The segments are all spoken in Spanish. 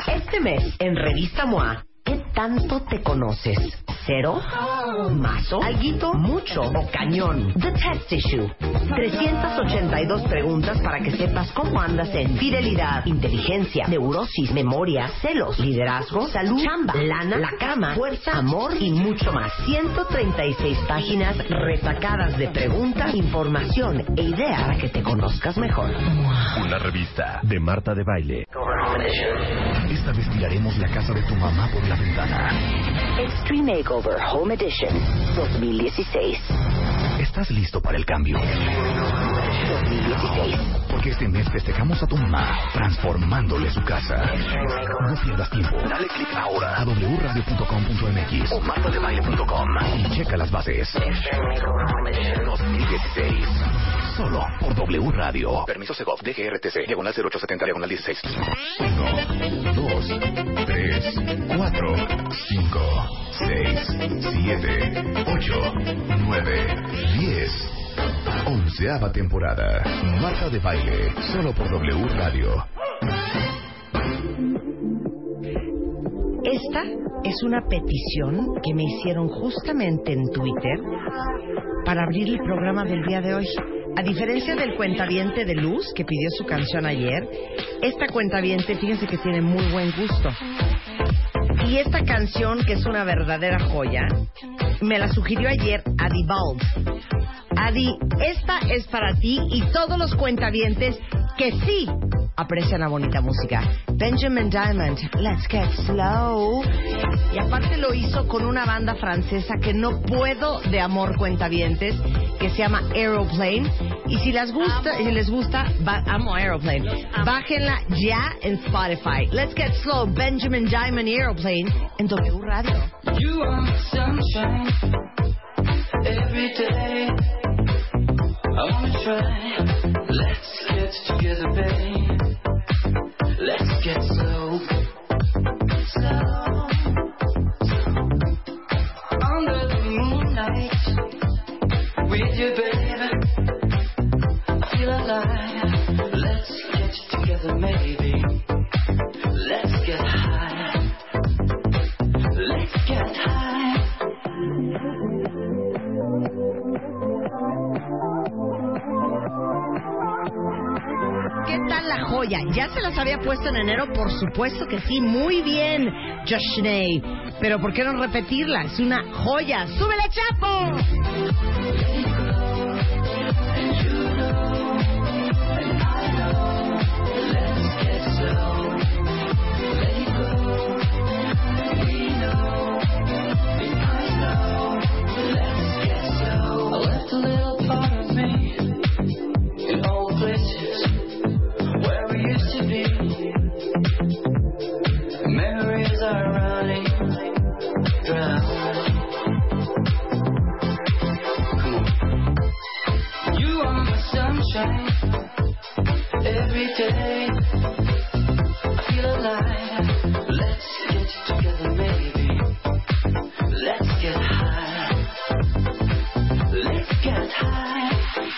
Este mes, en Revista MOA, ¿qué tanto te conoces? ¿Cero? ¿Mazo? ¿Alguito? ¿Mucho? ¿O cañón? The Test Issue. 382 preguntas para que sepas cómo andas en fidelidad, inteligencia, neurosis, memoria, celos, liderazgo, salud, chamba, lana, la cama, fuerza, amor y mucho más. 136 páginas retacadas de preguntas, información e ideas para que te conozcas mejor. Una revista de Marta de Baile. Esta vez tiraremos la casa de tu mamá por la ventana. Extreme Makeover Home Edition 2016. ¿Estás listo para el cambio? 2016. Porque este mes festejamos a tu mamá transformándole su casa. No pierdas tiempo. Dale clic ahora a wradio.com.mx o martadebaile.com y checa las bases. 2016. Solo por W Radio. Permiso Segov, DGRTC, diagonal 0870, diagonal 16. 1, 2, 3, 4, 5, 6, 7, 8, 9, 10. 11ª temporada. Marta de Baile, solo por W Radio. Esta es una petición que me hicieron justamente en Twitter para abrir el programa del día de hoy. A diferencia del cuentaviente de Luz, que pidió su canción ayer, esta cuentaviente, fíjense que tiene muy buen gusto. Y esta canción, que es una verdadera joya, me la sugirió ayer Adi Balls. Adi, esta es para ti y todos los cuentavientes que sí aprecian la bonita música. Benjamin Diamond, Let's Get Slow. Y aparte lo hizo con una banda francesa que no puedo de amor, cuentavientes, que se llama Aeroplane. Y si les gusta, amo Aeroplane. Bájenla ya en Spotify. Let's Get Slow, Benjamin Diamond y Aeroplane en W Radio. You are sunshine every day. I wanna try. Let's get together, babe. Let's get slow, slow. Under the moonlight, with you, baby. I feel alive. Let's get together, maybe. Let's get high. Let's get high. ¿Qué tal la joya? ¿Ya se las había puesto en enero? Por supuesto que sí, muy bien, Joshney. Pero ¿por qué no repetirla? Es una joya. ¡Súbele, Chapo! Every day I feel alive. Let's get together, baby. Let's get high. Let's get high.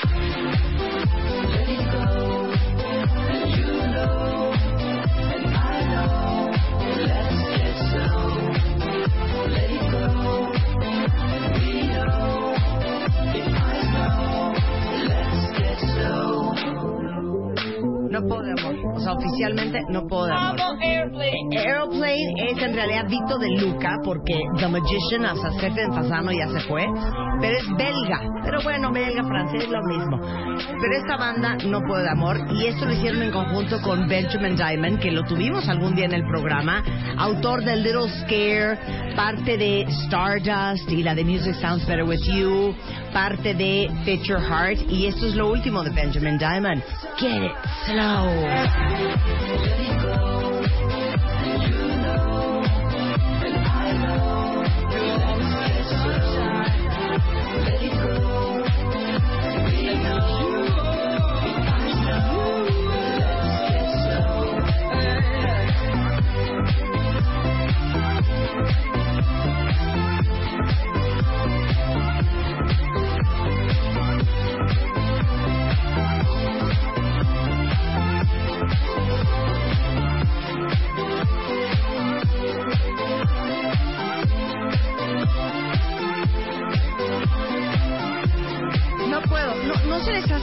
Let it go. And you know, and I know. Let's get slow. Let it go. We know, if I know. Let's get slow. No puedo de amor. O sea, oficialmente no puedo de amor. Aeroplane es en realidad Vito de Luca, porque The Magician, hasta Stephen Fasano ya se fue, pero es belga. Pero bueno, belga, francés, lo mismo. Pero esta banda no puedo de amor, y esto lo hicieron en conjunto con Benjamin Diamond, que lo tuvimos algún día en el programa, autor de Little Scare, parte de Stardust y la de Music Sounds Better With You, parte de Fit Your Heart, y esto es lo último de Benjamin Diamond. Get it slow. Let it go. And you know, and I know. Let's get slow. Let it go. We know, and I know. Let's get slow.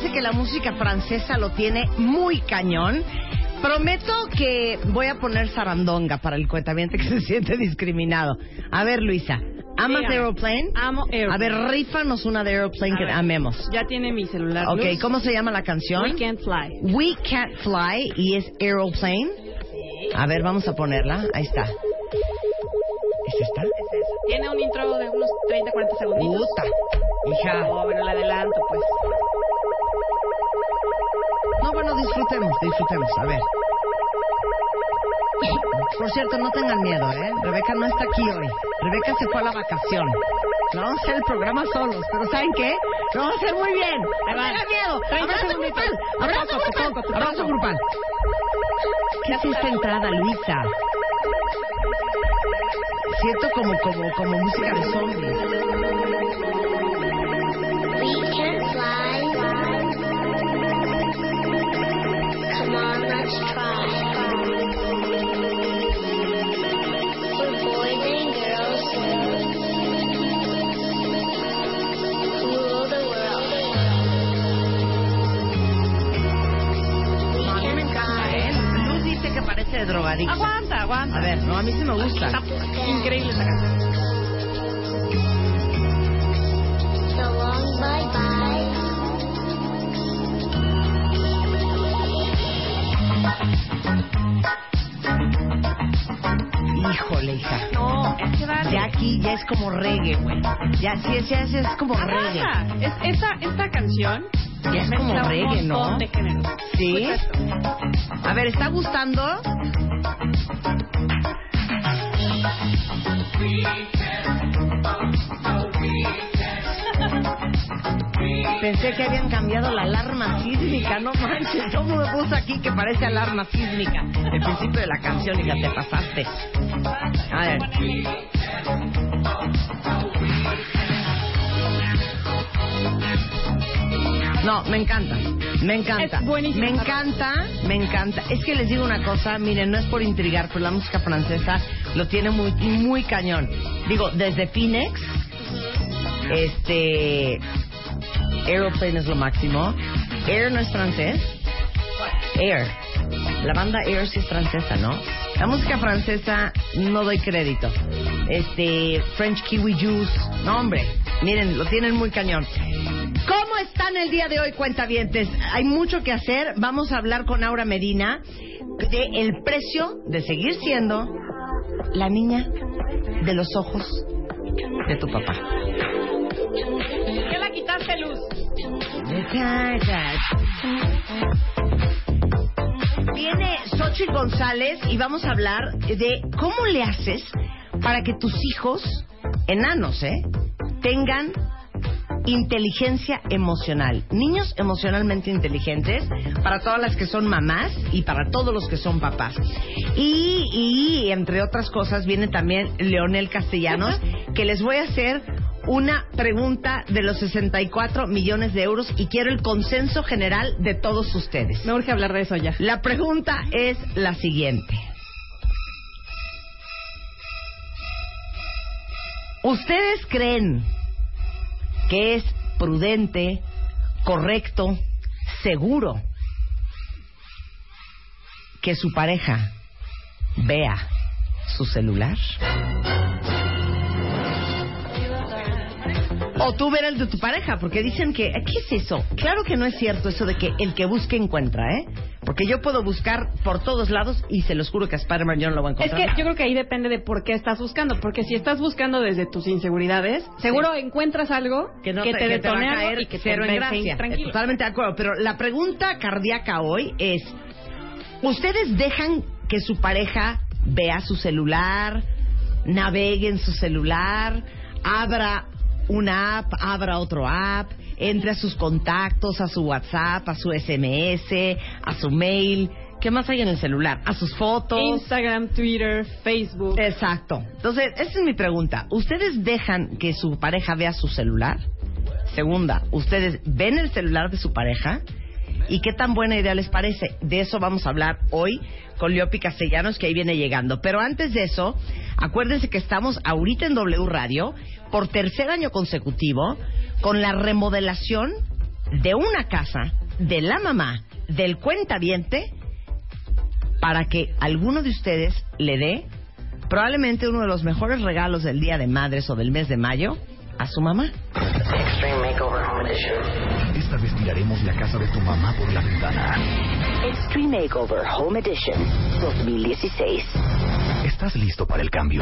parece que la música francesa lo tiene muy cañón. Prometo que voy a poner sarandonga para el cuentaviente que se siente discriminado. A ver, Luisa, ¿amas Dígame. Aeroplane? Amo Aeroplane. A ver, rífanos una de Aeroplane A que ver, amemos. Ya tiene mi celular. Ok, Luz. ¿cómo se llama la canción? We Can't Fly. We Can't Fly y es Aeroplane. A ver, vamos a ponerla. Ahí está. ¿Es esta? Tiene un intro de unos 30, 40 segunditos. Puta, hija. No, bueno, la adelanto, pues. No, bueno, disfrutemos. A ver. Por cierto, no tengan miedo, ¿eh? Rebeca no está aquí hoy. Rebeca se fue a la vacación. No vamos a hacer el programa solos, pero ¿saben qué? Lo vamos a hacer muy bien. No tengan miedo. 30 Abrazo segunditos. grupal. Abrazo grupal. Abrazo grupal. ¿Qué es esta entrada, Luisa? Siento como música de zombies. We can fly. Come on, let's try. We're boys and girls who rule the world. No, a mí me encanta, ¿eh? Luz dice que parece de drogadicto. Aguanta. A ver, no, a mí sí me gusta. Está increíble esta canción. So long, bye bye. Híjole, hija. No, es que vale. Ya aquí ya es como reggae, güey. Ya sí es como reggae. Aguanta. Esta canción Ya es como mezcla un reggae, ¿no? montón de géneros. ¿Sí? Exacto. A ver, ¿está gustando? Pensé que habían cambiado la alarma sísmica, no manches, ¿cómo me puso aquí que parece alarma sísmica? El principio de la canción y ya te pasaste. A ver. No, me encanta. Es buenísimo. Me encanta. Es que les digo una cosa, miren, no es por intrigar, pero la música francesa lo tiene muy, muy cañón. Digo, desde Phoenix, Aeroplane es lo máximo. Air no es francés. Air. La banda Air sí es francesa, ¿no? La música francesa no doy crédito. French Kiwi Juice. No, hombre. Miren, lo tienen muy cañón. ¿Cómo están el día de hoy, cuentavientes? Hay mucho que hacer. Vamos a hablar con Aura Medina de el precio de seguir siendo la niña de los ojos de tu papá. ¿Qué la quitaste, Luz? Viene Xochitl González y vamos a hablar de cómo le haces para que tus hijos, enanos, tengan inteligencia emocional. Niños emocionalmente inteligentes para todas las que son mamás y para todos los que son papás. Y entre otras cosas viene también Leonel Castellanos, que les voy a hacer una pregunta de los 64 millones de euros y quiero el consenso general de todos ustedes. Me urge hablar de eso ya. La pregunta es la siguiente. ¿Ustedes creen que es prudente, correcto, seguro que su pareja vea su celular? O tú ver el de tu pareja, porque dicen que... ¿Qué es eso? Claro que no es cierto eso de que el que busca encuentra, ¿eh? Porque yo puedo buscar por todos lados y se los juro que a Spider-Man yo no lo voy a Es encontrar. que yo creo que ahí depende de por qué estás buscando. Porque si estás buscando desde tus inseguridades, seguro encuentras algo que te detone va a algo caer y que te cero en deje gracia. tranquilo. Totalmente de acuerdo. Pero la pregunta cardíaca hoy es... ¿Ustedes dejan que su pareja vea su celular, navegue en su celular, abra una app, abra otro app, entre a sus contactos, a su WhatsApp, a su SMS, a su mail? ¿Qué más hay en el celular? A sus fotos. Instagram, Twitter, Facebook. Exacto. Entonces, esa es mi pregunta. ¿Ustedes dejan que su pareja vea su celular? Segunda, ¿ustedes ven el celular de su pareja? ¿Y qué tan buena idea les parece? De eso vamos a hablar hoy con Leopi Castellanos, que ahí viene llegando. Pero antes de eso, acuérdense que estamos ahorita en W Radio, por tercer año consecutivo, con la remodelación de una casa, de la mamá, del cuentaviente, para que alguno de ustedes le dé probablemente uno de los mejores regalos del Día de Madres o del mes de mayo a su mamá. Extreme Makeover Home Edition. Esta vez tiraremos la casa de tu mamá por la ventana. Extreme Makeover Home Edition 2016. ¿Estás listo para el cambio?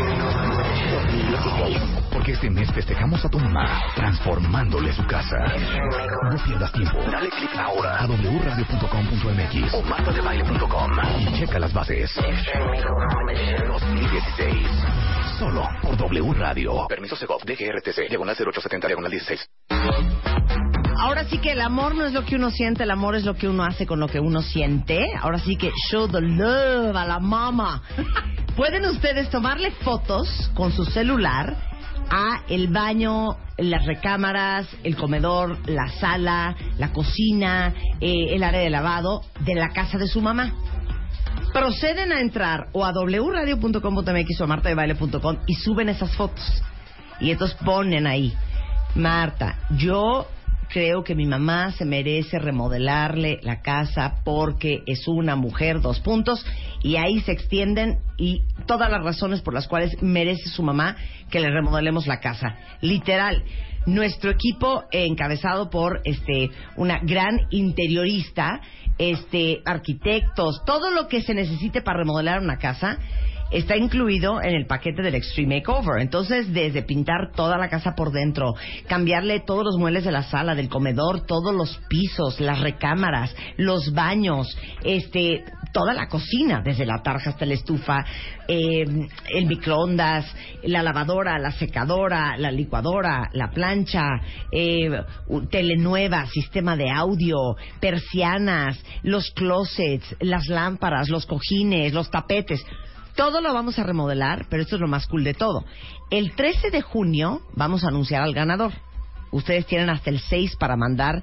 2016. Porque este mes festejamos a tu mamá, transformándole su casa. No pierdas tiempo. Dale click ahora a wradio.com.mx o martadebaile.com y checa las bases. Extreme Makeover Home Edition 2016. Solo por W Radio. Permiso Segov, DGRTC, diagonal 0870, diagonal 16. Ahora sí que el amor no es lo que uno siente, el amor es lo que uno hace con lo que uno siente. Ahora sí que show the love a la mama. Pueden ustedes tomarle fotos con su celular a el baño, las recámaras, el comedor, la sala, la cocina, el área de lavado de la casa de su mamá. Proceden a entrar o a wradio.com.mx o a martadebaile.com y suben esas fotos. Y entonces ponen ahí, Marta, yo creo que mi mamá se merece remodelarle la casa porque es una mujer, 2 puntos, y ahí se extienden y todas las razones por las cuales merece su mamá que le remodelemos la casa. Literal, nuestro equipo encabezado por una gran interiorista, arquitectos, todo lo que se necesite para remodelar una casa está incluido en el paquete del Extreme Makeover. Entonces, desde pintar toda la casa por dentro, cambiarle todos los muebles de la sala, del comedor, todos los pisos, las recámaras, los baños, toda la cocina, desde la tarja hasta la estufa, el microondas, la lavadora, la secadora, la licuadora, la plancha, tele nueva, sistema de audio, persianas, los closets, las lámparas, los cojines, los tapetes. Todo lo vamos a remodelar, pero esto es lo más cool de todo. El 13 de junio vamos a anunciar al ganador. Ustedes tienen hasta el 6 para mandar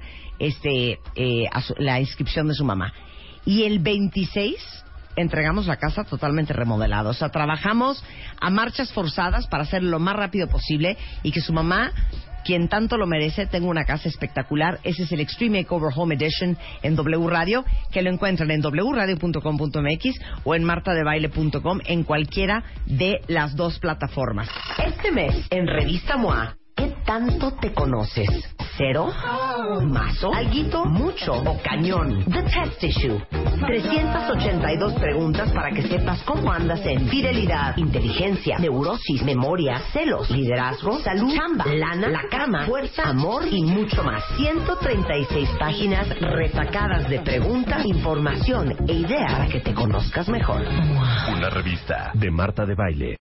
la inscripción de su mamá. Y el 26 entregamos la casa totalmente remodelada. O sea, trabajamos a marchas forzadas para hacerlo lo más rápido posible y que su mamá, quien tanto lo merece, tenga una casa espectacular. Ese es el Extreme Makeover Home Edition en W Radio, que lo encuentran en wradio.com.mx o en martadebaile.com, en cualquiera de las 2 plataformas. Este mes, en Revista MOA, ¿qué tanto te conoces? ¿Cero? ¿Mazo? ¿Alguito? ¿Mucho? ¿O cañón? The Test Issue. 382 preguntas para que sepas cómo andas en fidelidad, inteligencia, neurosis, memoria, celos, liderazgo, salud, chamba, lana, la cama, fuerza, amor y mucho más. 136 páginas retacadas de preguntas, información e ideas para que te conozcas mejor. Una revista de Marta de Baile.